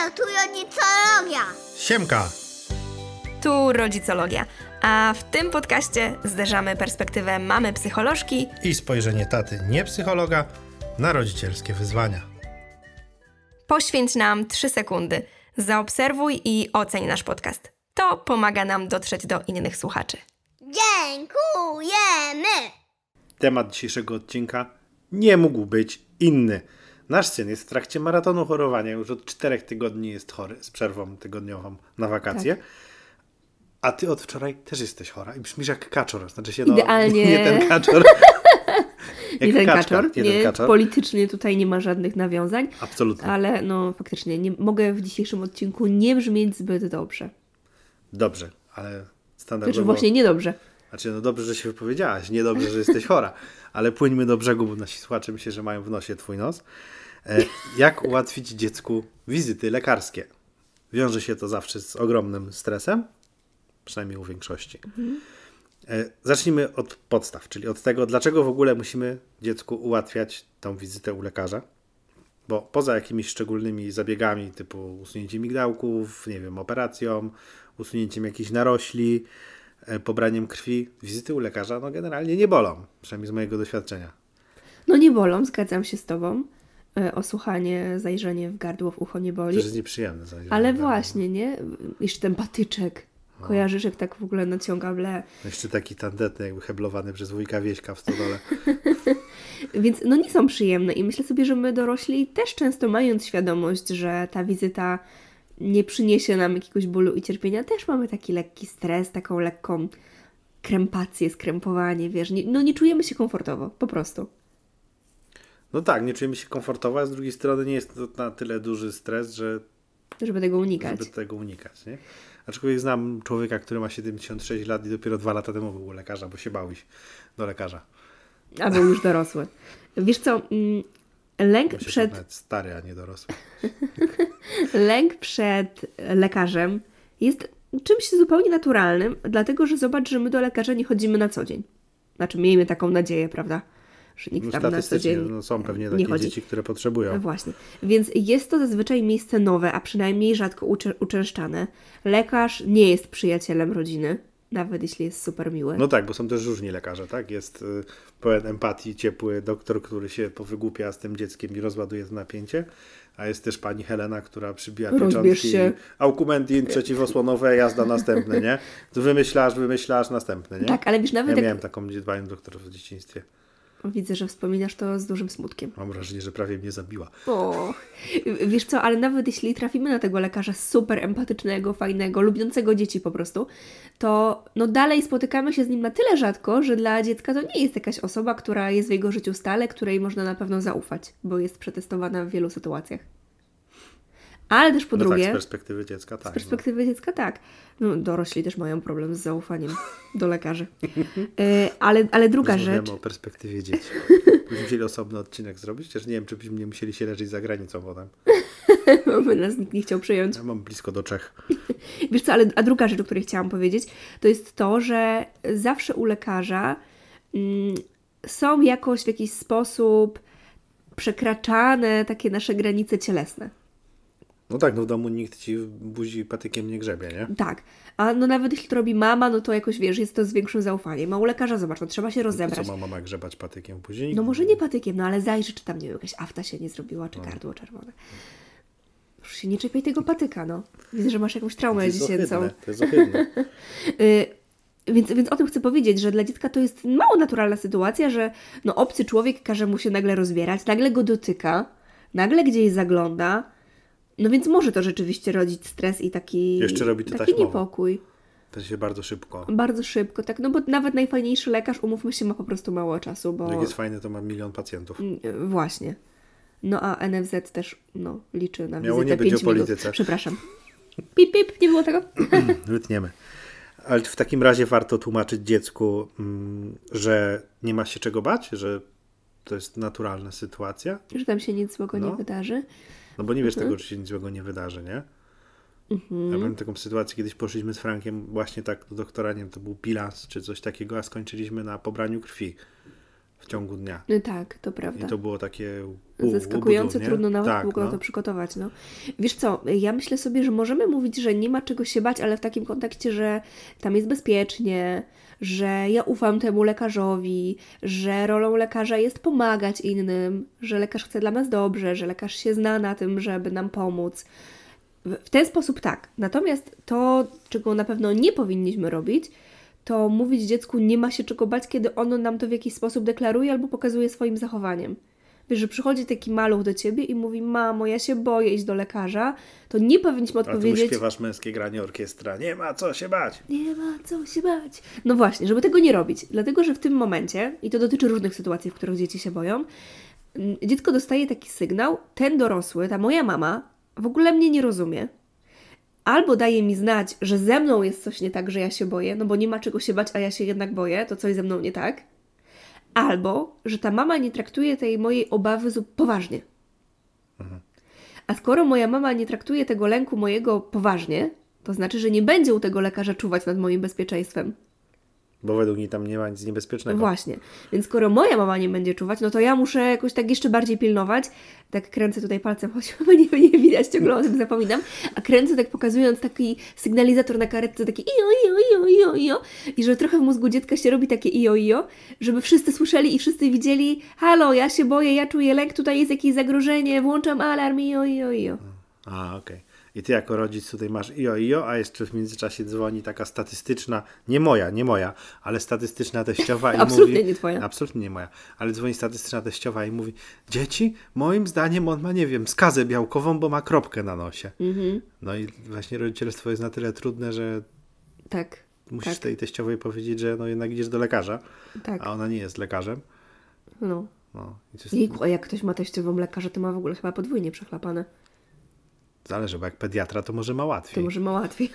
tu rodzicologia. Siemka! Tu rodzicologia, a w tym podcaście zderzamy perspektywę mamy psycholożki I spojrzenie taty, nie psychologa, na rodzicielskie wyzwania. Poświęć nam 3 sekundy, zaobserwuj i oceń nasz podcast. To pomaga nam dotrzeć do innych słuchaczy. Dziękujemy. Temat dzisiejszego odcinka nie mógł być inny. Nasz syn jest w trakcie maratonu chorowania, już od 4 tygodni jest chory, z przerwą tygodniową na wakacje. Tak. A ty od wczoraj też jesteś chora i brzmisz jak kaczor. Znaczy się, Idealnie. Nie ten kaczor. Nie ten kaczka, kaczor. Nie, kaczor. politycznie tutaj nie ma żadnych nawiązań. Absolutnie. Ale no faktycznie nie mogę w dzisiejszym odcinku nie brzmieć zbyt dobrze. Dobrze, ale standardowo... Znaczy właśnie niedobrze. Znaczy, no dobrze, że się wypowiedziałaś, nie dobrze, że jesteś chora, ale płyńmy do brzegu, bo nasi słuchacze myślę, że mają w nosie twój nos. Jak ułatwić dziecku wizyty lekarskie? Wiąże się to zawsze z ogromnym stresem, przynajmniej u większości. Zacznijmy od podstaw, czyli od tego, dlaczego w ogóle musimy dziecku ułatwiać tą wizytę u lekarza. Bo poza jakimiś szczególnymi zabiegami typu usunięciem migdałków, nie wiem, operacją, usunięciem jakichś narośli, pobraniem krwi, wizyty u lekarza no generalnie nie bolą, przynajmniej z mojego doświadczenia. No nie bolą, zgadzam się z Tobą. Osłuchanie, zajrzenie w gardło, w ucho nie boli. To jest nieprzyjemne zajrzenie. Ale właśnie, nie? Jeszcze ten patyczek. Kojarzysz, jak tak w ogóle naciąga ble. Jeszcze taki tandetny, jakby heblowany przez wujka Wieśka w stodole. Więc no nie są przyjemne i myślę sobie, że my dorośli też często mając świadomość, że ta wizyta nie przyniesie nam jakiegoś bólu i cierpienia, też mamy taki lekki stres, taką lekką krępację, skrępowanie, wiesz. Nie czujemy się komfortowo, po prostu. No tak, nie czujemy się komfortowo, a z drugiej strony nie jest to na tyle duży stres, Żeby tego unikać. żeby tego unikać, nie? Aczkolwiek znam człowieka, który ma 76 lat i dopiero 2 lata temu był u lekarza, bo się bał iść do lekarza. A był już dorosły. Wiesz co, lęk Bo się przed... nawet stary, a nie dorosły. Lęk przed lekarzem jest czymś zupełnie naturalnym, dlatego że zobacz, że my do lekarza nie chodzimy na co dzień. Znaczy, miejmy taką nadzieję, prawda? Że nikt tam na co dzień no są pewnie nie takie chodzi. dzieci, które potrzebują. No właśnie. Więc jest to zazwyczaj miejsce nowe, a przynajmniej rzadko uczęszczane. Lekarz nie jest przyjacielem rodziny, nawet jeśli jest super miły. No tak, bo są też różni lekarze, tak? Jest pełen empatii, ciepły doktor, który się powygłupia z tym dzieckiem i rozładuje to napięcie, a jest też pani Helena, która przybija pieczątki, aukumentin, przeciwosłonowe, jazda następne, nie? Tu wymyślasz, następne, nie? Tak, ale wiesz, nawet ja jak... miałem taką dbającą doktorów w dzieciństwie. Widzę, że wspominasz to z dużym smutkiem. Mam wrażenie, że prawie mnie zabiła. O, wiesz co, ale nawet jeśli trafimy na tego lekarza super empatycznego, fajnego, lubiącego dzieci po prostu, to no dalej spotykamy się z nim na tyle rzadko, że dla dziecka to nie jest jakaś osoba, która jest w jego życiu stale, której można na pewno zaufać, bo jest przetestowana w wielu sytuacjach. Ale też po drugie... Tak, z perspektywy dziecka tak. Z perspektywy dziecka tak. No, dorośli też mają problem z zaufaniem do lekarzy. Ale druga rzecz... Rozmawiamy o perspektywie dzieci. Byśmy musieli osobny odcinek zrobić, chociaż nie wiem, czy byśmy nie musieli się leżeć za granicą potem. Bo nas nikt nie chciał przyjąć. Ja mam blisko do Czech. Wiesz co, a druga rzecz, o której chciałam powiedzieć, to jest to, że zawsze u lekarza są jakoś w jakiś sposób przekraczane takie nasze granice cielesne. No tak, no w domu nikt ci w buzi patykiem nie grzebie, nie? Tak, a no nawet jeśli to robi mama, no to jakoś wiesz, jest to z większym zaufaniem. A u lekarza, zobacz, no trzeba się rozebrać. Co ma mama grzebać patykiem w buzi? No może nie patykiem, no ale zajrzy, czy tam nie wiem, jakaś afta się nie zrobiła, czy gardło czerwone. Już się nie czepiaj tego patyka, no. Widzę, że masz jakąś traumę dziecięcą. To jest ohydne. Więc o tym chcę powiedzieć, że dla dziecka to jest mało naturalna sytuacja, że no obcy człowiek każe mu się nagle rozbierać, nagle go dotyka, nagle gdzieś zagląda. No więc może to rzeczywiście rodzić stres i taki niepokój. To się bardzo szybko. Bardzo szybko, tak, no bo nawet najfajniejszy lekarz, umówmy się, ma po prostu mało czasu, bo... Jak jest fajny, to ma 1 milion pacjentów. Właśnie. No a NFZ też, no, liczy na Miało wizytę nie być 5 o polityce. minut. Przepraszam. Pip, pip, nie było tego? Wytniemy. Ale w takim razie warto tłumaczyć dziecku, że nie ma się czego bać, że to jest naturalna sytuacja. Że tam się nic złego nie wydarzy. No bo nie wiesz tego, czy się nic złego nie wydarzy, nie? Ja mam taką sytuację, kiedyś poszliśmy z Frankiem właśnie tak do doktora, nie wiem, to był bilans czy coś takiego, a skończyliśmy na pobraniu krwi. w ciągu dnia. Tak, to prawda. I to było takie zaskakujące, budżu, trudno nawet tak, w ogóle no. to przygotować. No. Wiesz co, ja myślę sobie, że możemy mówić, że nie ma czego się bać, ale w takim kontekście, że tam jest bezpiecznie, że ja ufam temu lekarzowi, że rolą lekarza jest pomagać innym, że lekarz chce dla nas dobrze, że lekarz się zna na tym, żeby nam pomóc. W ten sposób tak. Natomiast to, czego na pewno nie powinniśmy robić, to mówić dziecku, nie ma się czego bać, kiedy ono nam to w jakiś sposób deklaruje albo pokazuje swoim zachowaniem. Wiesz, że przychodzi taki maluch do ciebie i mówi, mamo, ja się boję iść do lekarza, to nie powinniśmy A ty odpowiedzieć... śpiewasz męskie granie orkiestra, nie ma co się bać. Nie ma co się bać. No właśnie, żeby tego nie robić. Dlatego, że w tym momencie, i to dotyczy różnych sytuacji, w których dzieci się boją, dziecko dostaje taki sygnał, ten dorosły, ta moja mama w ogóle mnie nie rozumie. Albo daje mi znać, że ze mną jest coś nie tak, że ja się boję, no bo nie ma czego się bać, a ja się jednak boję, to coś ze mną nie tak. Albo, że ta mama nie traktuje tej mojej obawy poważnie. A skoro moja mama nie traktuje tego lęku mojego poważnie, to znaczy, że nie będzie u tego lekarza czuwać nad moim bezpieczeństwem. Bo według niej tam nie ma nic niebezpiecznego. Właśnie. Więc skoro moja mama nie będzie czuwać, no to ja muszę jakoś tak jeszcze bardziej pilnować. Tak kręcę tutaj palcem, choć chyba nie widać, ciągle o tym zapominam. A kręcę tak pokazując taki sygnalizator na karetce, taki ijo. I że trochę w mózgu dziecka się robi takie ijo, żeby wszyscy słyszeli i wszyscy widzieli, halo, ja się boję, ja czuję lęk, tutaj jest jakieś zagrożenie, włączam alarm, ijo. A, okej. I ty jako rodzic tutaj masz ijo, a jeszcze w międzyczasie dzwoni taka statystyczna, nie moja, ale statystyczna teściowa i Absolutnie mówi... nie twoja. Absolutnie nie moja. Ale dzwoni statystyczna teściowa i mówi, dzieci, moim zdaniem on ma, nie wiem, skazę białkową, bo ma kropkę na nosie. No i właśnie rodzicielstwo jest na tyle trudne, że Tak. musisz tej teściowej powiedzieć, że no jednak idziesz do lekarza, Tak. a ona nie jest lekarzem. No. No, i to jest... Jejku, a jak ktoś ma teściową lekarza, to ma w ogóle chyba podwójnie przechlapane. Zależy, bo jak pediatra, to może ma To łatwiej. może ma łatwiej.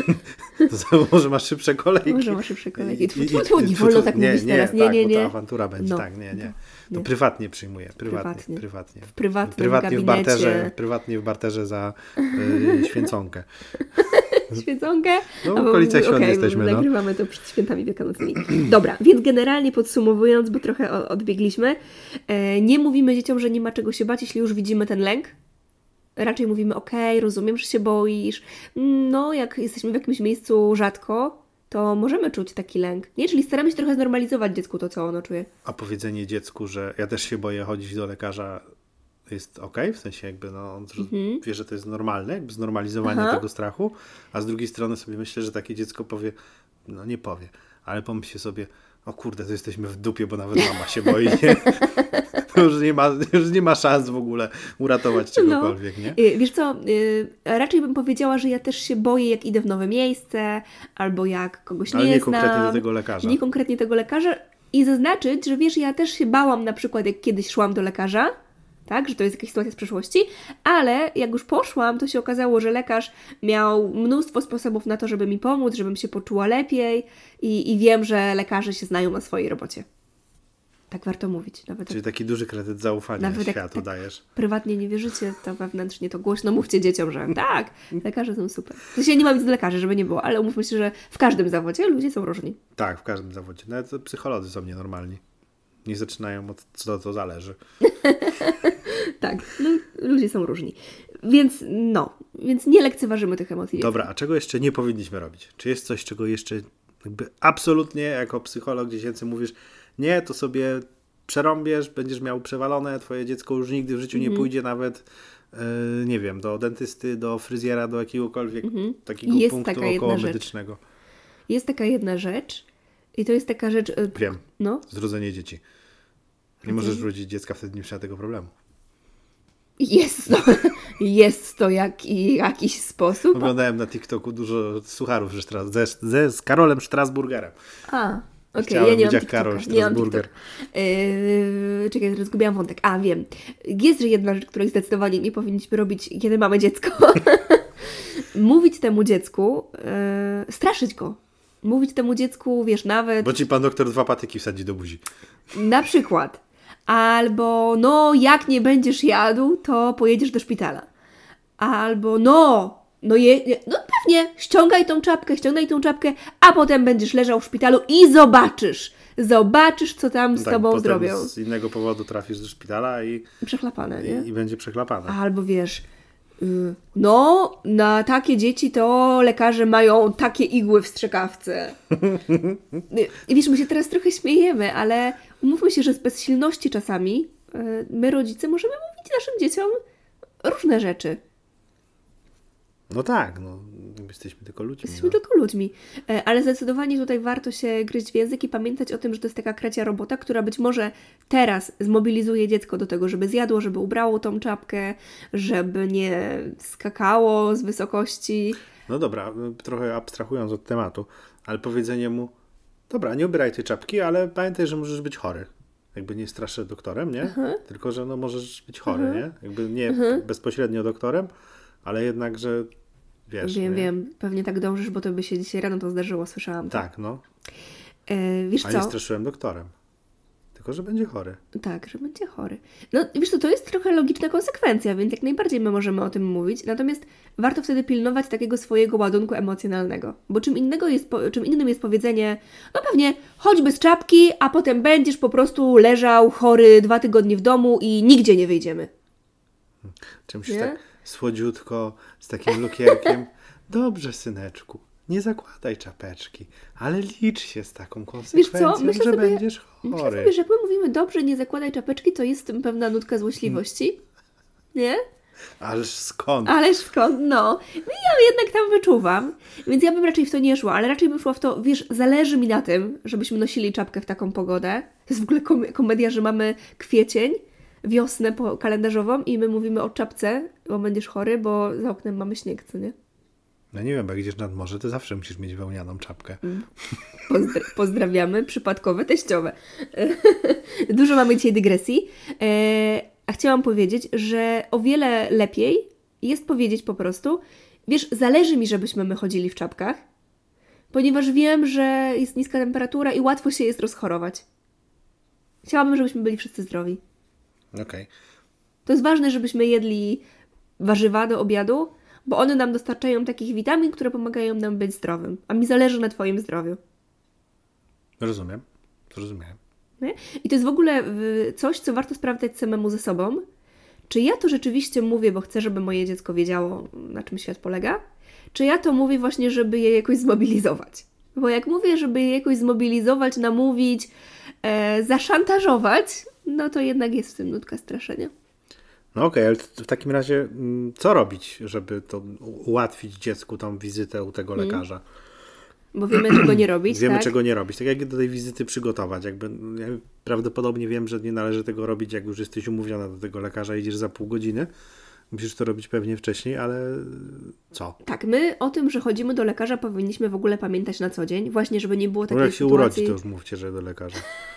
To może ma szybsze kolejki. Może ma szybsze kolejki. Nie Tfu, wolno tak nie, mówić nie, teraz. tak, Nie. bo to awantura będzie. No. Tak, nie. To Nie. prywatnie przyjmuje. Prywatnie. W prywatnym gabinecie. Prywatnie w barterze za święconkę. Świeconkę. No, w okolicach świąt jesteśmy, no. Nagrywamy to przed świętami wielkanocnymi. Dobra, więc generalnie podsumowując, bo trochę odbiegliśmy, nie mówimy dzieciom, że nie ma czego się bać, jeśli już widzimy ten lęk. Raczej mówimy, okej, rozumiem, że się boisz. No, jak jesteśmy w jakimś miejscu rzadko, to możemy czuć taki lęk. Nie? Czyli staramy się trochę znormalizować dziecku to, co ono czuje. A powiedzenie dziecku, że ja też się boję chodzić do lekarza, jest okej? W sensie jakby no, on wie, że to jest normalne, jakby znormalizowanie tego strachu, a z drugiej strony sobie myślę, że takie dziecko powie, no nie powie, ale pomyśli sobie, o kurde, to jesteśmy w dupie, bo nawet mama się boi, nie? To już nie ma szans w ogóle uratować czegokolwiek, nie? Wiesz co, raczej bym powiedziała, że ja też się boję, jak idę w nowe miejsce, albo jak kogoś Ale nie nie znam. konkretnie do tego lekarza. Nie konkretnie tego lekarza. I zaznaczyć, że wiesz, ja też się bałam na przykład, jak kiedyś szłam do lekarza, tak, że to jest jakaś sytuacja z przeszłości, ale jak już poszłam, to się okazało, że lekarz miał mnóstwo sposobów na to, żeby mi pomóc, żebym się poczuła lepiej i wiem, że lekarze się znają na swojej robocie. Tak warto mówić. Nawet Czyli taki duży kredyt zaufania światu dajesz. Prywatnie nie wierzycie, to wewnętrznie to głośno mówcie dzieciom, że tak, lekarze są super. W sensie nie mam nic do lekarzy, żeby nie było, ale umówmy się, że w każdym zawodzie ludzie są różni. Tak, w każdym zawodzie. Nawet psycholodzy są nienormalni. Nie zaczynają od co to zależy. Tak, no, ludzie są różni. Więc nie lekceważymy tych emocji. Dobra, a czego jeszcze nie powinniśmy robić? Czy jest coś, czego jeszcze jakby absolutnie jako psycholog dziecięcy mówisz, nie, to sobie przerąbiesz, będziesz miał przewalone, twoje dziecko już nigdy w życiu nie pójdzie nawet, nie wiem, do dentysty, do fryzjera, do jakiegokolwiek takiego jest punktu taka jedna około rzecz. medycznego. Jest taka jedna rzecz i to jest taka rzecz... Wiem, No. zrodzenie dzieci. Nie możesz wrócić dziecka, wtedy nie ma tego problemu. Jest to jakiś sposób. Oglądałem na TikToku dużo sucharów z Karolem Strasburgerem. Okej, ja nie mam jak TikToka. Karol Strasburger. Czekaj, teraz zgubiłam wątek. Wiem. Jest jedna rzecz, której zdecydowanie nie powinniśmy robić, kiedy mamy dziecko. Mówić temu dziecku, straszyć go. Mówić temu dziecku, wiesz, nawet... Bo ci pan doktor 2 patyki wsadzi do buzi. Na przykład. Albo, jak nie będziesz jadł, to pojedziesz do szpitala. Albo, pewnie Nie, ściągaj tą czapkę, a potem będziesz leżał w szpitalu i zobaczysz, co tam z tobą potem zrobią. z innego powodu trafisz do szpitala Przechlapane, nie? i będzie przechlapane. Albo wiesz, no, na takie dzieci to lekarze mają takie igły w strzykawce. I wiesz, my się teraz trochę śmiejemy, ale umówmy się, że z bezsilności czasami my, rodzice, możemy mówić naszym dzieciom różne rzeczy. No tak, no jesteśmy tylko ludźmi. Jesteśmy tylko ludźmi. Ale zdecydowanie tutaj warto się gryźć w język i pamiętać o tym, że to jest taka krecia robota, która być może teraz zmobilizuje dziecko do tego, żeby zjadło, żeby ubrało tą czapkę, żeby nie skakało z wysokości. No dobra, trochę abstrahując od tematu, ale powiedzenie mu, dobra, nie ubieraj tej czapki, ale pamiętaj, że możesz być chory. Jakby nie straszę doktorem, nie? Tylko, że no możesz być chory, nie? Jakby nie bezpośrednio doktorem, ale jednak, że wiesz. Wiem. Pewnie tak dążysz, bo to by się dzisiaj rano to zdarzyło, słyszałam. Tak, no. Wiesz A co? nie straszyłem doktorem. Tylko, że będzie chory. Tak, że będzie chory. No wiesz co, to jest trochę logiczna konsekwencja, więc jak najbardziej my możemy o tym mówić. Natomiast warto wtedy pilnować takiego swojego ładunku emocjonalnego. Bo czym innym jest powiedzenie, no pewnie chodź bez czapki, a potem będziesz po prostu leżał chory 2 tygodnie w domu i nigdzie nie wyjdziemy. Czymś tak słodziutko, z takim lukierkiem. Dobrze, syneczku, nie zakładaj czapeczki, ale licz się z taką konsekwencją, że będziesz chory. Myślę sobie, że jak my mówimy dobrze, nie zakładaj czapeczki, to jest w tym pewna nutka złośliwości. Nie? Ależ skąd? No. Ja jednak tam wyczuwam, więc ja bym raczej w to nie szła, ale raczej bym szła w to, wiesz, zależy mi na tym, żebyśmy nosili czapkę w taką pogodę. To jest w ogóle komedia, że mamy kwiecień, wiosnę kalendarzową i my mówimy o czapce, bo będziesz chory, bo za oknem mamy śnieg, co nie? No nie wiem, bo jak idziesz nad morze, to zawsze musisz mieć wełnianą czapkę. Pozdrawiamy, przypadkowe teściowe. Dużo mamy dzisiaj dygresji, a chciałam powiedzieć, że o wiele lepiej jest powiedzieć po prostu, wiesz, zależy mi, żebyśmy my chodzili w czapkach, ponieważ wiem, że jest niska temperatura i łatwo się jest rozchorować. Chciałabym, żebyśmy byli wszyscy zdrowi. Okej. To jest ważne, żebyśmy jedli warzywa do obiadu, bo one nam dostarczają takich witamin, które pomagają nam być zdrowym. A mi zależy na Twoim zdrowiu. Rozumiem. Zrozumiałem. Nie? I to jest w ogóle coś, co warto sprawdzać samemu ze sobą. Czy ja to rzeczywiście mówię, bo chcę, żeby moje dziecko wiedziało, na czym świat polega? Czy ja to mówię właśnie, żeby je jakoś zmobilizować? Bo jak mówię, żeby je jakoś zmobilizować, namówić, zaszantażować, no to jednak jest w tym nutka straszenia. No okej, ale w takim razie co robić, żeby to ułatwić dziecku tą wizytę u tego lekarza? Bo wiemy, czego nie robić, Wiemy, tak? czego nie robić. Tak jak do tej wizyty przygotować. Ja prawdopodobnie wiem, że nie należy tego robić, jak już jesteś umówiona do tego lekarza, idziesz za pół godziny. Musisz to robić pewnie wcześniej, ale co? Tak, my o tym, że chodzimy do lekarza, powinniśmy w ogóle pamiętać na co dzień. Właśnie, żeby nie było takiej jak się sytuacji... urodzi, to już mówcie, że do lekarza.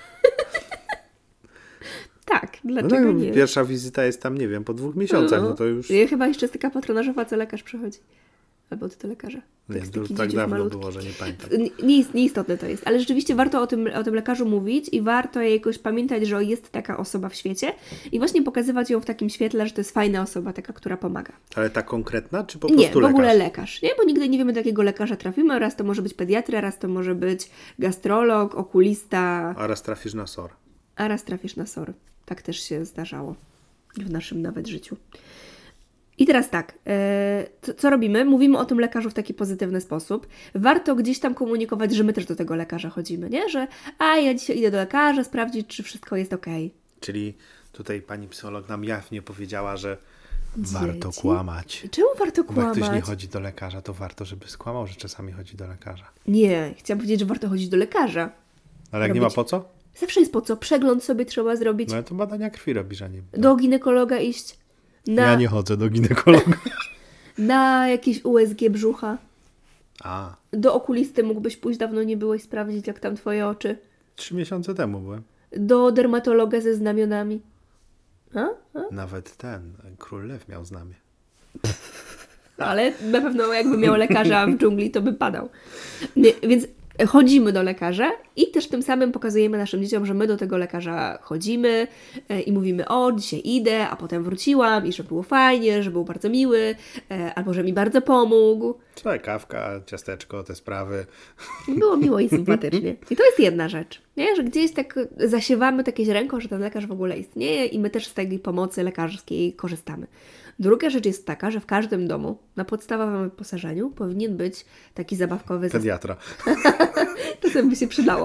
Tak, dlaczego no, nie? Pierwsza wizyta jest tam, nie wiem, po 2 miesiącach, no to już... Chyba jeszcze jest taka patronażowa, co lekarz przychodzi. Albo ty do lekarza. Nie, to już tak dawno było, że nie pamiętam. Nieistotne to jest, ale rzeczywiście warto o tym lekarzu mówić i warto jakoś pamiętać, że jest taka osoba w świecie i właśnie pokazywać ją w takim świetle, że to jest fajna osoba, taka, która pomaga. Ale ta konkretna, czy po prostu lekarz? Nie, w ogóle lekarz, nie? Bo nigdy nie wiemy, do jakiego lekarza trafimy. Raz to może być pediatra, raz to może być gastrolog, okulista. A raz trafisz na SOR. A raz trafisz na SOR. Tak też się zdarzało w naszym nawet życiu. I teraz tak, co robimy? Mówimy o tym lekarzu w taki pozytywny sposób. Warto gdzieś tam komunikować, że my też do tego lekarza chodzimy, nie? Że ja dzisiaj idę do lekarza sprawdzić, czy wszystko jest okej. Czyli tutaj pani psycholog nam jawnie powiedziała, że warto kłamać. Czemu warto Bo kłamać? jak ktoś nie chodzi do lekarza, to warto, żeby skłamał, że czasami chodzi do lekarza. Nie, chciałam powiedzieć, że warto chodzić do lekarza. Ale jak nie ma po co? Zawsze jest po co. Przegląd sobie trzeba zrobić. No ale to badania krwi robisz, a nie... Do ginekologa iść. Ja nie chodzę do ginekologa. Na jakieś USG brzucha. A. Do okulisty mógłbyś pójść, dawno nie byłeś, sprawdzić, jak tam twoje oczy. 3 miesiące temu byłem. Do dermatologa ze znamionami. Nawet Król Lew miał znamie. Ale na pewno jakby miał lekarza w dżungli, to by padał. Nie, więc chodzimy do lekarza i też tym samym pokazujemy naszym dzieciom, że my do tego lekarza chodzimy i mówimy: o, dzisiaj idę, a potem wróciłam i że było fajnie, że był bardzo miły, albo że mi bardzo pomógł. Słuchaj, kawka, ciasteczko, te sprawy. Było miło i sympatycznie. I to jest jedna rzecz, nie? Że gdzieś tak zasiewamy takie ziarenko, że ten lekarz w ogóle istnieje i my też z tej pomocy lekarskiej korzystamy. Druga rzecz jest taka, że w każdym domu na podstawowym wyposażeniu powinien być taki zabawkowy Pediatra. Czasem by się przydało.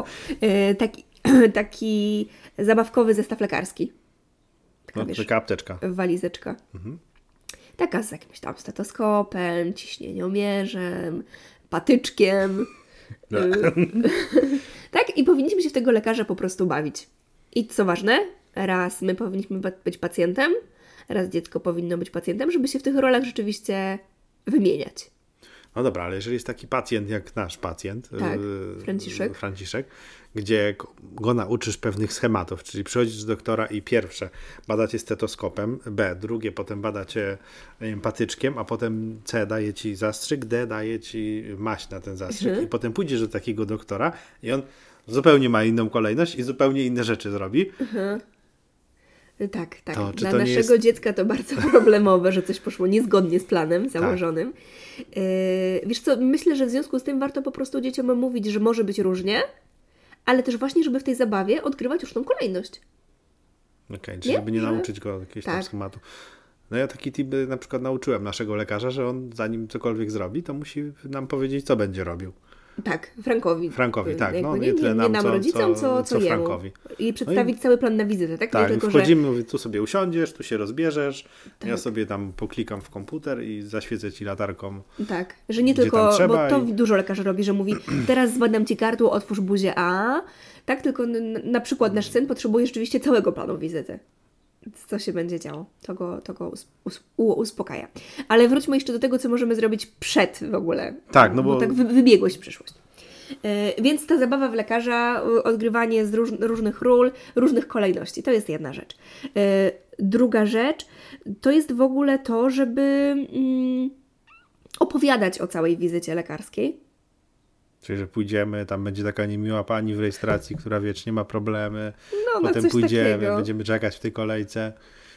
Taki zabawkowy zestaw lekarski. Taka, wiesz, Taka apteczka. walizeczka. Taka z jakimś tam stetoskopem, ciśnieniomierzem, patyczkiem. Tak? I powinniśmy się w tego lekarza po prostu bawić. I co ważne, raz my powinniśmy być pacjentem, raz dziecko powinno być pacjentem, żeby się w tych rolach rzeczywiście wymieniać. No dobra, ale jeżeli jest taki pacjent jak nasz pacjent, Tak, Franciszek, gdzie go nauczysz pewnych schematów, czyli przychodzisz do doktora i pierwsze badacie stetoskopem, B, drugie potem badacie, nie wiem, patyczkiem, a potem C daje ci zastrzyk, D daje ci maść na ten zastrzyk i potem pójdziesz do takiego doktora i on zupełnie ma inną kolejność i zupełnie inne rzeczy zrobi. Tak. To, Dla to naszego dziecka to bardzo problemowe, że coś poszło niezgodnie z planem założonym. Wiesz co, myślę, że w związku z tym warto po prostu dzieciom mówić, że może być różnie, ale też właśnie, żeby w tej zabawie odgrywać już tą kolejność. Okej, czyli żeby nie nauczyć go jakiegoś tam schematu. No ja taki tip na przykład nauczyłem naszego lekarza, że on zanim cokolwiek zrobi, to musi nam powiedzieć, co będzie robił. Tak, Frankowi. Tak. No, nie nam rodzicom, co jemu. Frankowi. I przedstawić cały plan na wizytę, tak? Tak, nie tylko, wchodzimy, mówię, tu sobie usiądziesz, tu się rozbierzesz, ja sobie tam poklikam w komputer i zaświecę ci latarką. Tak, że nie tylko, trzeba bo to dużo lekarzy robi, że mówi: teraz zbadam ci gardło, otwórz buzię, tak, tylko na przykład nasz syn potrzebuje rzeczywiście całego planu wizyty. Co się będzie działo. To go uspokaja. Ale wróćmy jeszcze do tego, co możemy zrobić przed w ogóle. Tak, no bo tak wybiegłeś w przyszłość. Więc ta zabawa w lekarza, odgrywanie z różnych ról, różnych kolejności, to jest jedna rzecz. Druga rzecz to jest w ogóle to, żeby opowiadać o całej wizycie lekarskiej. Czyli, że pójdziemy, tam będzie taka niemiła pani w rejestracji, która wiecznie ma problemy. Potem coś pójdziemy, takiego. będziemy czekać w tej kolejce.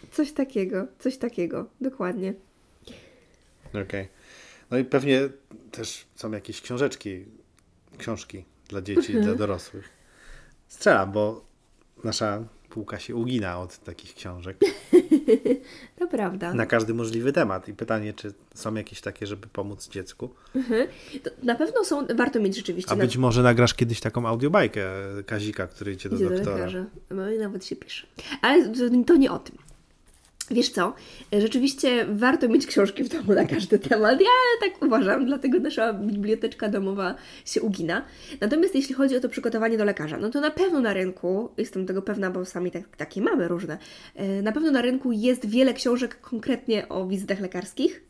Coś takiego, dokładnie. Okej. No i pewnie też są jakieś książki dla dzieci, dla dorosłych. Strzelam, bo nasza półka się ugina od takich książek. To prawda. Na każdy możliwy temat. I pytanie, czy są jakieś takie, żeby pomóc dziecku? To na pewno warto mieć rzeczywiście... A być może nagrasz kiedyś taką audiobajkę Kazika, który idzie do doktora. lekarza. No i nawet się pisze. Ale to nie o tym. Wiesz co, rzeczywiście warto mieć książki w domu na każdy temat. Ja tak uważam, dlatego nasza biblioteczka domowa się ugina. Natomiast jeśli chodzi o to przygotowanie do lekarza, no to na pewno na rynku, jestem tego pewna, bo sami takie mamy różne, na pewno na rynku jest wiele książek konkretnie o wizytach lekarskich,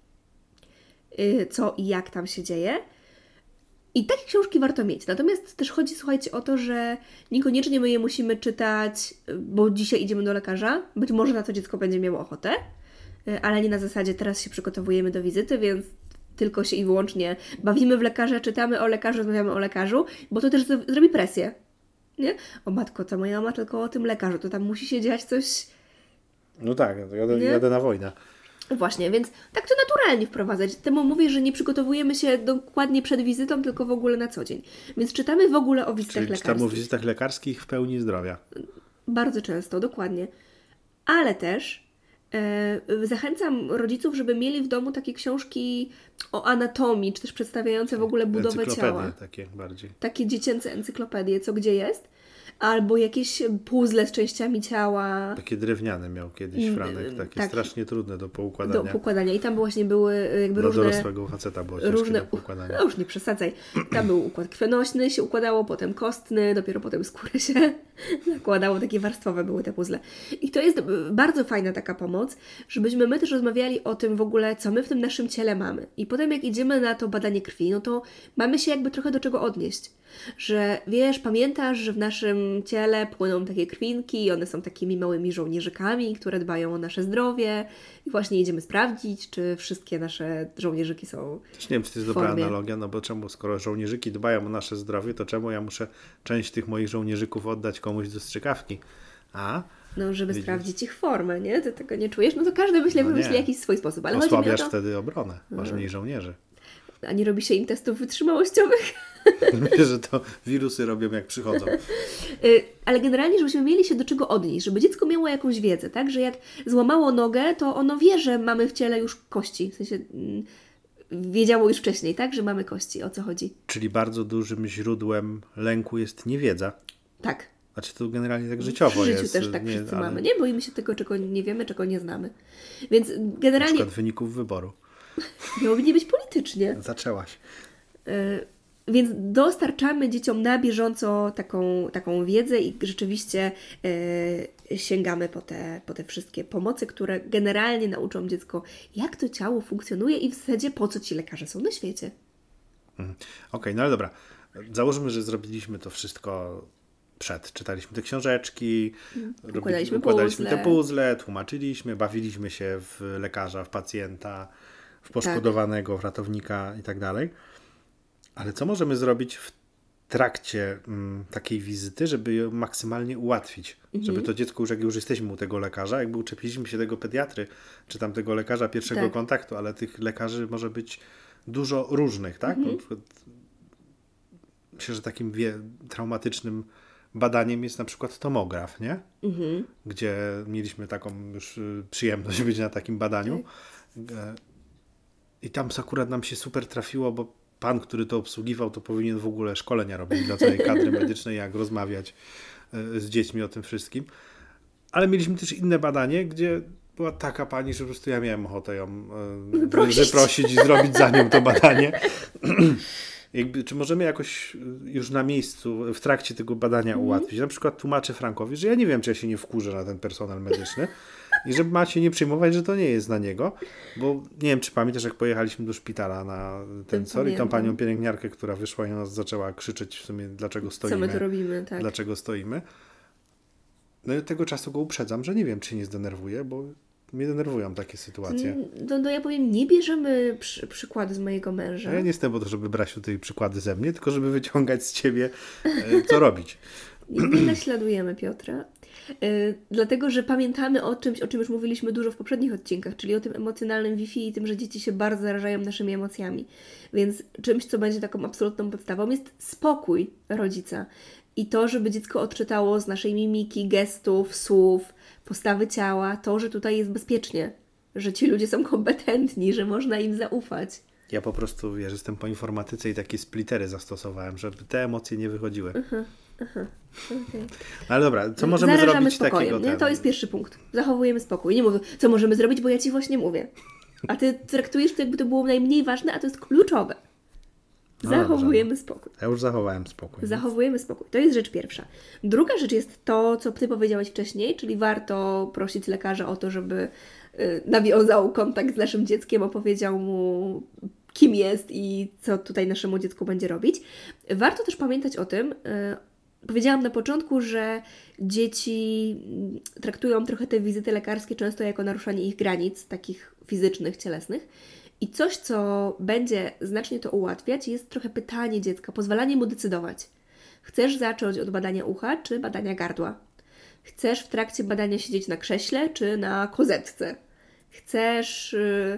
co i jak tam się dzieje. I takie książki warto mieć. Natomiast też chodzi, słuchajcie, o to, że niekoniecznie my je musimy czytać, bo dzisiaj idziemy do lekarza. Być może na to dziecko będzie miało ochotę, ale nie na zasadzie teraz się przygotowujemy do wizyty, więc tylko się i wyłącznie bawimy w lekarza, czytamy o lekarzu, rozmawiamy o lekarzu, bo to też zrobi presję. Nie? O matko, to moja mama tylko o tym lekarzu, to tam musi się dziać coś... No tak, jadę na wojnę. Właśnie, więc tak to naturalnie wprowadzać. Temu mówię, że nie przygotowujemy się dokładnie przed wizytą, tylko w ogóle na co dzień. Więc czytamy w ogóle o wizytach lekarskich. Czytamy o wizytach lekarskich w pełni zdrowia. Bardzo często, dokładnie. Ale też zachęcam rodziców, żeby mieli w domu takie książki o anatomii, czy też przedstawiające w ogóle budowę ciała. Takie bardziej. Takie dziecięce encyklopedie, co gdzie jest. Albo jakieś puzzle z częściami ciała. Takie drewniane miał kiedyś Franek, takie strasznie trudne do poukładania. Do poukładania. I tam właśnie były jakby różne... Dla dorosłego faceta było ciężkie do poukładania. No już nie przesadzaj. Tam był układ krwionośny, się układało, potem kostny, dopiero potem skórę się nakładało. Takie warstwowe były te puzzle. I to jest bardzo fajna taka pomoc, żebyśmy my też rozmawiali o tym w ogóle, co my w tym naszym ciele mamy. I potem jak idziemy na to badanie krwi, no to mamy się jakby trochę do czego odnieść. Że wiesz, pamiętasz, że w naszym ciele płyną takie krwinki i one są takimi małymi żołnierzykami, które dbają o nasze zdrowie i właśnie idziemy sprawdzić, czy wszystkie nasze żołnierzyki są Też nie wiem, czy to jest w dobra formie. analogia, no bo czemu, skoro żołnierzyki dbają o nasze zdrowie, to czemu ja muszę część tych moich żołnierzyków oddać komuś do strzykawki? A? No, żeby Widzisz? sprawdzić ich formę, nie? Ty tego nie czujesz? No to każdy, myślę, No wymyśli nie. jakiś swój sposób. Ale chodzi mi o Osłabiasz to, wtedy obronę, masz mniej żołnierzy. a nie robi się im testów wytrzymałościowych. Myślę, że to wirusy robią jak przychodzą. Ale generalnie, żebyśmy mieli się do czego odnieść, żeby dziecko miało jakąś wiedzę, tak? Że jak złamało nogę, to ono wie, że mamy w ciele już kości. W sensie wiedziało już wcześniej, tak? Że mamy kości. O co chodzi? Czyli bardzo dużym źródłem lęku jest niewiedza. Tak. Znaczy to generalnie tak życiowo W życiu jest. też tak nie, wszyscy ale mamy. Nie boimy się tego, czego nie wiemy, czego nie znamy. Więc Na generalnie przykład wyników wyboru. miałoby nie być politycznie. Zaczęłaś. Więc dostarczamy dzieciom na bieżąco taką wiedzę i rzeczywiście sięgamy po te wszystkie pomocy, które generalnie nauczą dziecko, jak to ciało funkcjonuje i w zasadzie po co ci lekarze są na świecie. Okej, no ale dobra. Załóżmy, że zrobiliśmy to wszystko czytaliśmy te książeczki, Układaliśmy te puzzle, tłumaczyliśmy, bawiliśmy się w lekarza, w pacjenta, w poszkodowanego, w ratownika i tak dalej. Ale co możemy zrobić w trakcie takiej wizyty, żeby ją maksymalnie ułatwić? Żeby to dziecko już, jak już jesteśmy u tego lekarza, jakby uczepiliśmy się tego pediatry, czy tam tego lekarza pierwszego kontaktu, ale tych lekarzy może być dużo różnych, tak? Na przykład, myślę, że takim traumatycznym badaniem jest na przykład tomograf, nie? Gdzie mieliśmy taką już przyjemność być na takim badaniu. I tam akurat nam się super trafiło, bo pan, który to obsługiwał, to powinien w ogóle szkolenia robić dla całej kadry medycznej, jak rozmawiać z dziećmi o tym wszystkim. Ale mieliśmy też inne badanie, gdzie była taka pani, że po prostu ja miałem ochotę ją wyprosić i zrobić za nią to badanie. Czy możemy jakoś już na miejscu, w trakcie tego badania ułatwić? Na przykład tłumaczę Frankowi, że ja nie wiem, czy ja się nie wkurzę na ten personel medyczny i że macie nie przyjmować, że to nie jest na niego, bo nie wiem, czy pamiętasz, jak pojechaliśmy do szpitala na ten cor i tą panią pielęgniarkę, która wyszła i nas zaczęła krzyczeć w sumie, dlaczego stoimy. Co my tu robimy, tak. Dlaczego stoimy. No i tego czasu go uprzedzam, że nie wiem, czy się nie zdenerwuje, bo mnie denerwują takie sytuacje. No ja powiem, nie bierzemy przykładu z mojego męża. Ja nie jestem po to, żeby brać tutaj przykłady ze mnie, tylko żeby wyciągać z ciebie, co robić. Nie naśladujemy Piotra, dlatego, że pamiętamy o czymś, o czym już mówiliśmy dużo w poprzednich odcinkach, czyli o tym emocjonalnym Wi-Fi i tym, że dzieci się bardzo zarażają naszymi emocjami. Więc czymś, co będzie taką absolutną podstawą, jest spokój rodzica. I to, żeby dziecko odczytało z naszej mimiki, gestów, słów, postawy ciała, to, że tutaj jest bezpiecznie, że ci ludzie są kompetentni, że można im zaufać. Ja po prostu, wiesz, jestem po informatyce i takie splittery zastosowałem, żeby te emocje nie wychodziły. Okay. Ale dobra, co możemy Zarażamy zrobić spokojem, takiego? Nie? To jest pierwszy punkt. Zachowujemy spokój. Nie mówię, co możemy zrobić, bo ja Ci właśnie mówię. A Ty traktujesz to, jakby to było najmniej ważne, a to jest kluczowe. Zachowujemy spokój. Ja już zachowałem spokój. Zachowujemy spokój. To jest rzecz pierwsza. Druga rzecz jest to, co Ty powiedziałeś wcześniej, czyli warto prosić lekarza o to, żeby nawiązał kontakt z naszym dzieckiem, opowiedział mu, kim jest i co tutaj naszemu dziecku będzie robić. Warto też pamiętać o tym, powiedziałam na początku, że dzieci traktują trochę te wizyty lekarskie często jako naruszanie ich granic, takich fizycznych, cielesnych. I coś, co będzie znacznie to ułatwiać, jest trochę pytanie dziecka, pozwalanie mu decydować. Chcesz zacząć od badania ucha, czy badania gardła? Chcesz w trakcie badania siedzieć na krześle, czy na kozetce? Chcesz,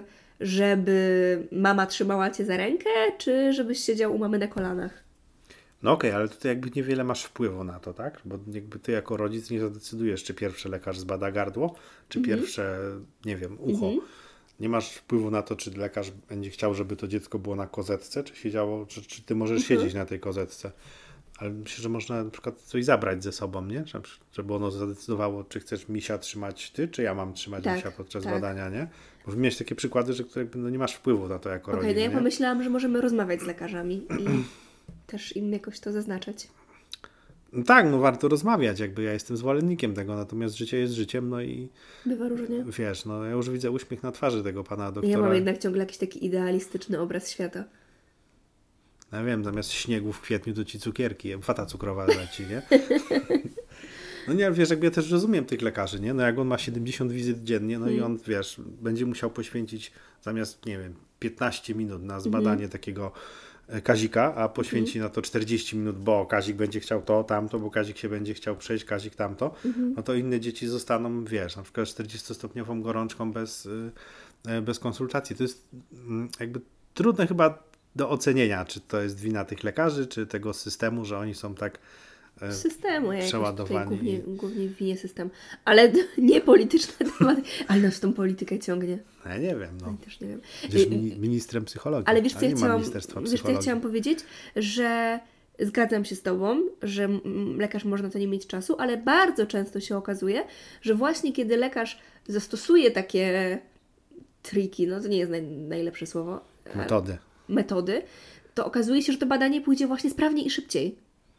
żeby mama trzymała Cię za rękę, czy żebyś siedział u mamy na kolanach? No okej, ale tutaj jakby niewiele masz wpływu na to, tak? Bo jakby ty jako rodzic nie zadecydujesz, czy pierwszy lekarz zbada gardło, czy pierwsze, nie wiem, ucho. Nie masz wpływu na to, czy lekarz będzie chciał, żeby to dziecko było na kozetce, czy siedziało, czy ty możesz siedzieć na tej kozetce. Ale myślę, że można na przykład coś zabrać ze sobą, nie? Żeby ono zadecydowało, czy chcesz misia trzymać ty, czy ja mam trzymać misia podczas badania, nie? Bo miałeś takie przykłady, że nie masz wpływu na to jako rodzic. Okej, no ja pomyślałam, że możemy rozmawiać z lekarzami i też im jakoś to zaznaczać. No tak, no warto rozmawiać, jakby ja jestem zwolennikiem tego, natomiast życie jest życiem, no i bywa różnie. Wiesz, no ja już widzę uśmiech na twarzy tego pana doktora. Ja mam jednak ciągle jakiś taki idealistyczny obraz świata. Ja wiem, zamiast śniegu w kwietniu to ci cukierki, wata cukrowa leci, nie? No nie, wiesz, jakby ja też rozumiem tych lekarzy, nie? No jak on ma 70 wizyt dziennie, no i on, wiesz, będzie musiał poświęcić zamiast, nie wiem, 15 minut na zbadanie takiego Kazika, a poświęci na to 40 minut, bo Kazik będzie chciał to, tamto, bo Kazik się będzie chciał przejść, Kazik tamto, no to inne dzieci zostaną, wiesz, na przykład 40-stopniową gorączką bez konsultacji. To jest jakby trudne chyba do ocenienia, czy to jest wina tych lekarzy, czy tego systemu, że oni są tak systemu, ja przeładowani. głównie winie system. Ale nie polityczne tematy. Ale nas w tą politykę ciągnie. Ja nie wiem, no. Ja też nie wiem. Gdzieś ministrem psychologii, Ale wiesz, a co nie ma Ministerstwa wiesz, co ja Psychologii. chciałam powiedzieć? Że zgadzam się z Tobą, że lekarz może na to nie mieć czasu, ale bardzo często się okazuje, że właśnie kiedy lekarz zastosuje takie triki, no to nie jest najlepsze słowo, metody, to okazuje się, że to badanie pójdzie właśnie sprawniej i szybciej.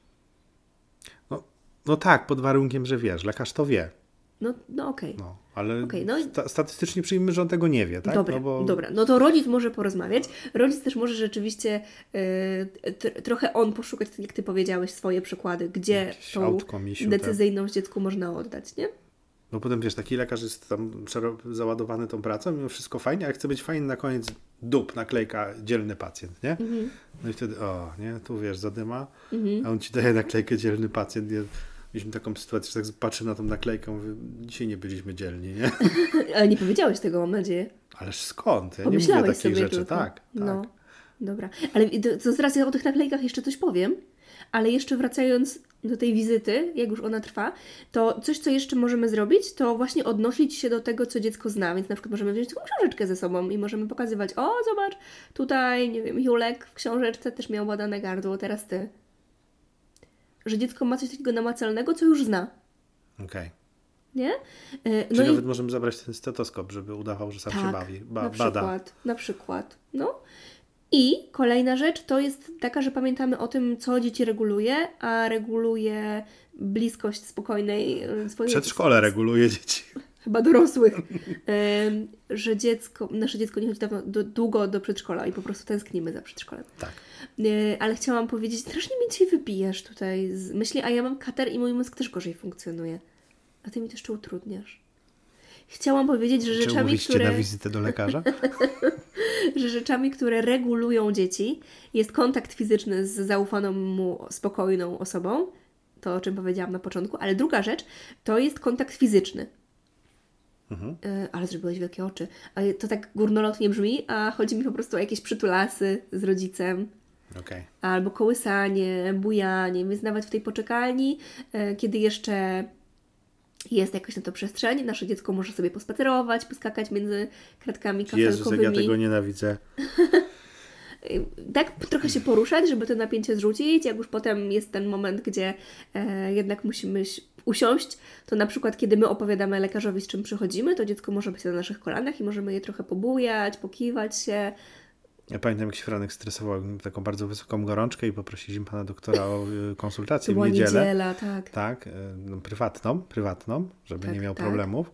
No tak, pod warunkiem, że wiesz, lekarz to wie. No okej. No, ale Okej, no i- statystycznie przyjmijmy, że on tego nie wie, tak? Dobra. No to rodzic może porozmawiać. Rodzic też może rzeczywiście trochę on poszukać, tak jak Ty powiedziałeś, swoje przykłady, gdzie Jakiś tą autko, misiu, decyzyjność dziecku można oddać, nie? No potem wiesz, taki lekarz jest tam załadowany tą pracą, mimo wszystko fajnie, ale chce być fajny na koniec naklejka dzielny pacjent, nie? No i wtedy, nie, tu wiesz, zadyma, a on ci daje naklejkę dzielny pacjent. Mieliśmy taką sytuację, że tak patrzy na tą naklejkę, mówię, dzisiaj nie byliśmy dzielni, nie? Ale nie powiedziałeś tego, mam nadzieję. Ależ skąd? Ja nie mówię Pomyślałeś takich sobie rzeczy, tylko. tak. No, dobra. Ale to zaraz ja o tych naklejkach jeszcze coś powiem, ale jeszcze wracając do tej wizyty, jak już ona trwa, to coś, co jeszcze możemy zrobić, to właśnie odnosić się do tego, co dziecko zna, więc na przykład możemy wziąć taką książeczkę ze sobą i możemy pokazywać, zobacz, tutaj, nie wiem, Julek w książeczce też miał badane gardło, teraz Ty. Że dziecko ma coś takiego namacalnego, co już zna. Okej. Nie? Czyli nawet możemy zabrać ten stetoskop, żeby udawał, że sam się bawi, bada. Na przykład. No. I kolejna rzecz to jest taka, że pamiętamy o tym, co dzieci reguluje, a reguluje bliskość spokojnej swojej... Przedszkole reguluje dzieci. Chyba dorosłych. Że nasze dziecko nie chodzi długo do przedszkola i po prostu tęsknimy za przedszkolem. Tak. Ale chciałam powiedzieć, strasznie mi dzisiaj wybijasz tutaj z myśli, a ja mam katar i mój mózg też gorzej funkcjonuje. A Ty mi to jeszcze utrudniasz. Chciałam powiedzieć, że Czy umówiście na wizytę do lekarza? że rzeczami, które regulują dzieci, jest kontakt fizyczny z zaufaną mu, spokojną osobą, to o czym powiedziałam na początku, ale druga rzecz to jest kontakt fizyczny. Ale zrobiłeś wielkie oczy. To tak górnolotnie brzmi, a chodzi mi po prostu o jakieś przytulasy z rodzicem. Okay. Albo kołysanie, bujanie, więc nawet w tej poczekalni, kiedy jeszcze jest jakaś na to przestrzeń, nasze dziecko może sobie pospacerować, poskakać między kratkami kafelkowymi. Jezus, jak ja tego nienawidzę. Tak, trochę się poruszać, żeby to napięcie zrzucić, jak już potem jest ten moment, gdzie jednak musimy usiąść, to na przykład kiedy my opowiadamy lekarzowi, z czym przychodzimy, to dziecko może być na naszych kolanach i możemy je trochę pobujać, pokiwać się. Ja pamiętam, jak się Franek stresował, miał taką bardzo wysoką gorączkę i poprosiliśmy pana doktora o konsultację w niedzielę. Niedziela, tak. Tak, prywatną, żeby nie miał problemów.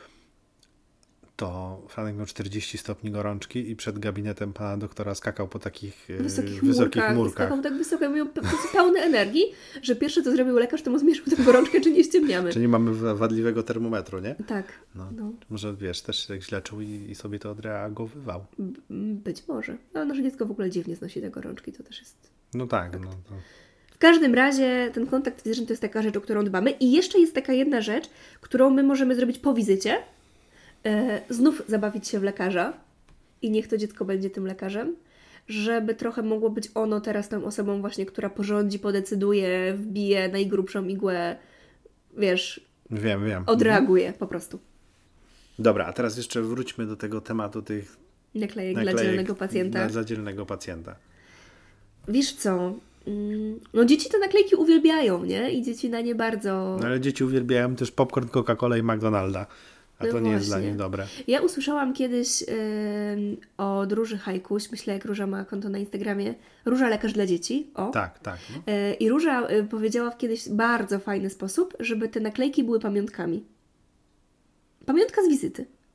To Franek miał 40 stopni gorączki i przed gabinetem pana doktora skakał po takich wysokich murkach. Skakał tak wysoko, miał pełny energii, że pierwsze co zrobił lekarz, to mu zmierzył tę gorączkę, czy nie ściemniamy. Czy nie mamy wadliwego termometru, nie? Tak. No. Może wiesz, też się tak źle czuł i sobie to odreagowywał. Być może. No, nasze dziecko w ogóle dziwnie znosi te gorączki, to też jest... No tak. fakt. No to... W każdym razie ten kontakt fizyczny to jest taka rzecz, o którą dbamy. I jeszcze jest taka jedna rzecz, którą my możemy zrobić po wizycie. Znów zabawić się w lekarza i niech to dziecko będzie tym lekarzem, żeby trochę mogło być ono teraz tą osobą właśnie, która porządzi, podecyduje, wbije najgrubszą igłę, wiesz, Wiem. odreaguje po prostu. Dobra, a teraz jeszcze wróćmy do tego tematu tych naklejek dla dzielnego pacjenta. Dla dzielnego pacjenta. Wiesz co, no dzieci te naklejki uwielbiają, nie? I dzieci na nie bardzo... No ale dzieci uwielbiają też popcorn, Coca-Cola i McDonalda. A to nie jest dla nich dobre. Ja usłyszałam kiedyś od Róży Hajkuś, myślę jak Róża ma konto na Instagramie, Róża Lekarz dla Dzieci. O. Tak. No. I Róża powiedziała kiedyś bardzo fajny sposób, żeby te naklejki były pamiątkami. Pamiątka z wizyty.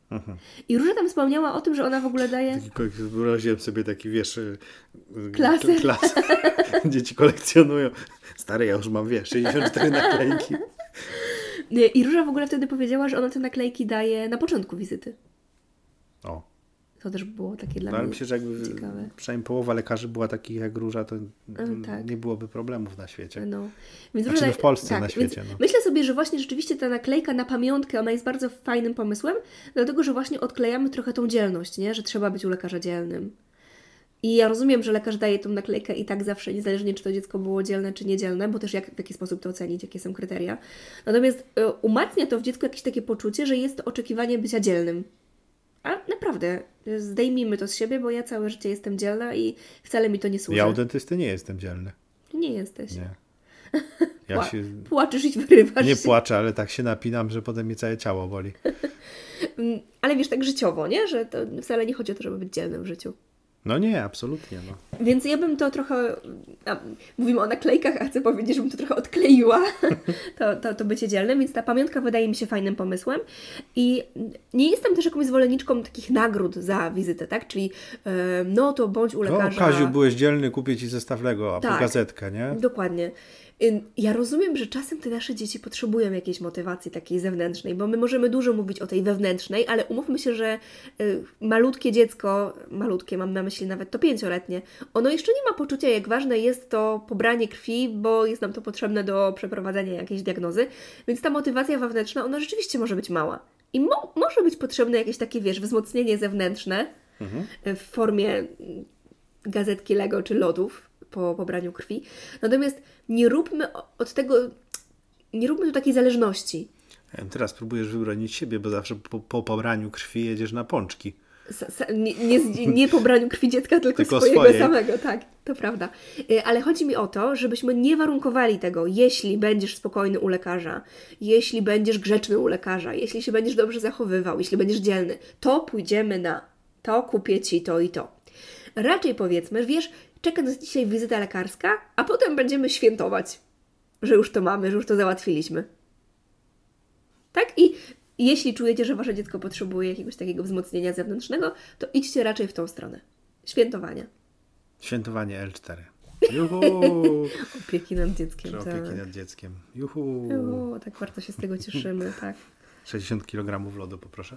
I Róża tam wspomniała o tym, że ona w ogóle daje... Wyobraziłem sobie taki, wiesz... Klasę. Klasę. Dzieci kolekcjonują. Stary, ja już mam, 64 naklejki. I Róża w ogóle wtedy powiedziała, że ona te naklejki daje na początku wizyty. O. To też było takie dla No, ale mnie myślę, że jakby ciekawe. przynajmniej połowa lekarzy była takich jak Róża, to tak. nie byłoby problemów na świecie. No. Więc Znaczy, Róża w Polsce, tak, na świecie. Więc No. myślę sobie, że właśnie rzeczywiście ta naklejka na pamiątkę, ona jest bardzo fajnym pomysłem, dlatego, że właśnie odklejamy trochę tą dzielność, nie? Że trzeba być u lekarza dzielnym. I ja rozumiem, że lekarz daje tą naklejkę i tak zawsze, niezależnie czy to dziecko było dzielne, czy niedzielne, bo też w jaki sposób to ocenić, jakie są kryteria. Natomiast umacnia to w dziecku jakieś takie poczucie, że jest to oczekiwanie bycia dzielnym. A naprawdę, zdejmijmy to z siebie, bo ja całe życie jestem dzielna i wcale mi to nie służy. Ja u dentysty nie jestem dzielny. Nie jesteś. Nie. Ja się Płaczesz i wyrywasz nie się. płaczę, ale tak się napinam, że potem mnie całe ciało boli. Ale wiesz, tak życiowo, nie? Że to wcale nie chodzi o to, żeby być dzielnym w życiu. No nie, absolutnie. No. Więc ja bym to trochę... mówimy o naklejkach, a chcę powiedzieć, żebym to trochę odkleiła, to bycie dzielnym, więc ta pamiątka wydaje mi się fajnym pomysłem. I nie jestem też jakąś zwolenniczką takich nagród za wizytę, tak? Czyli no to bądź u lekarza... Kaziu, byłeś dzielny, kupię Ci zestaw Lego, a Tak. gazetkę, nie? Dokładnie. Ja rozumiem, że czasem te nasze dzieci potrzebują jakiejś motywacji takiej zewnętrznej, bo my możemy dużo mówić o tej wewnętrznej, ale umówmy się, że malutkie dziecko, malutkie, mam na myśli nawet to 5-letnie, ono jeszcze nie ma poczucia, jak ważne jest to pobranie krwi, bo jest nam to potrzebne do przeprowadzenia jakiejś diagnozy, więc ta motywacja wewnętrzna, ona rzeczywiście może być mała. I może być potrzebne jakieś takie, wiesz, wzmocnienie zewnętrzne w formie gazetki Lego czy lodów po pobraniu krwi. Natomiast nie róbmy tu takiej zależności. Teraz próbujesz wybronić siebie, bo zawsze po pobraniu krwi jedziesz na pączki. Nie pobraniu krwi dziecka, tylko swojego swoje. samego. Tak, to prawda. Ale chodzi mi o to, żebyśmy nie warunkowali tego, jeśli będziesz spokojny u lekarza, jeśli będziesz grzeczny u lekarza, jeśli się będziesz dobrze zachowywał, jeśli będziesz dzielny, to pójdziemy na to, kupię Ci to i to. Raczej powiedzmy, wiesz, czeka nas dzisiaj wizyta lekarska, a potem będziemy świętować, że już to mamy, że już to załatwiliśmy. Tak? I jeśli czujecie, że Wasze dziecko potrzebuje jakiegoś takiego wzmocnienia zewnętrznego, to idźcie raczej w tą stronę. Świętowania. Świętowanie L4. Juhu! Opieki nad dzieckiem. Czy opieki nad dzieckiem. Juhu! O, tak bardzo się z tego cieszymy, tak. 60 kg lodu poproszę.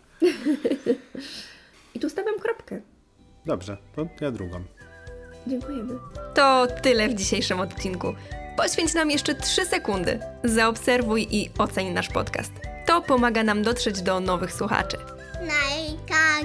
I tu stawiam kropkę. Dobrze, to ja drugą. Dziękujemy. To tyle w dzisiejszym odcinku. Poświęć nam jeszcze 3 sekundy. Zaobserwuj i oceń nasz podcast. To pomaga nam dotrzeć do nowych słuchaczy. Najka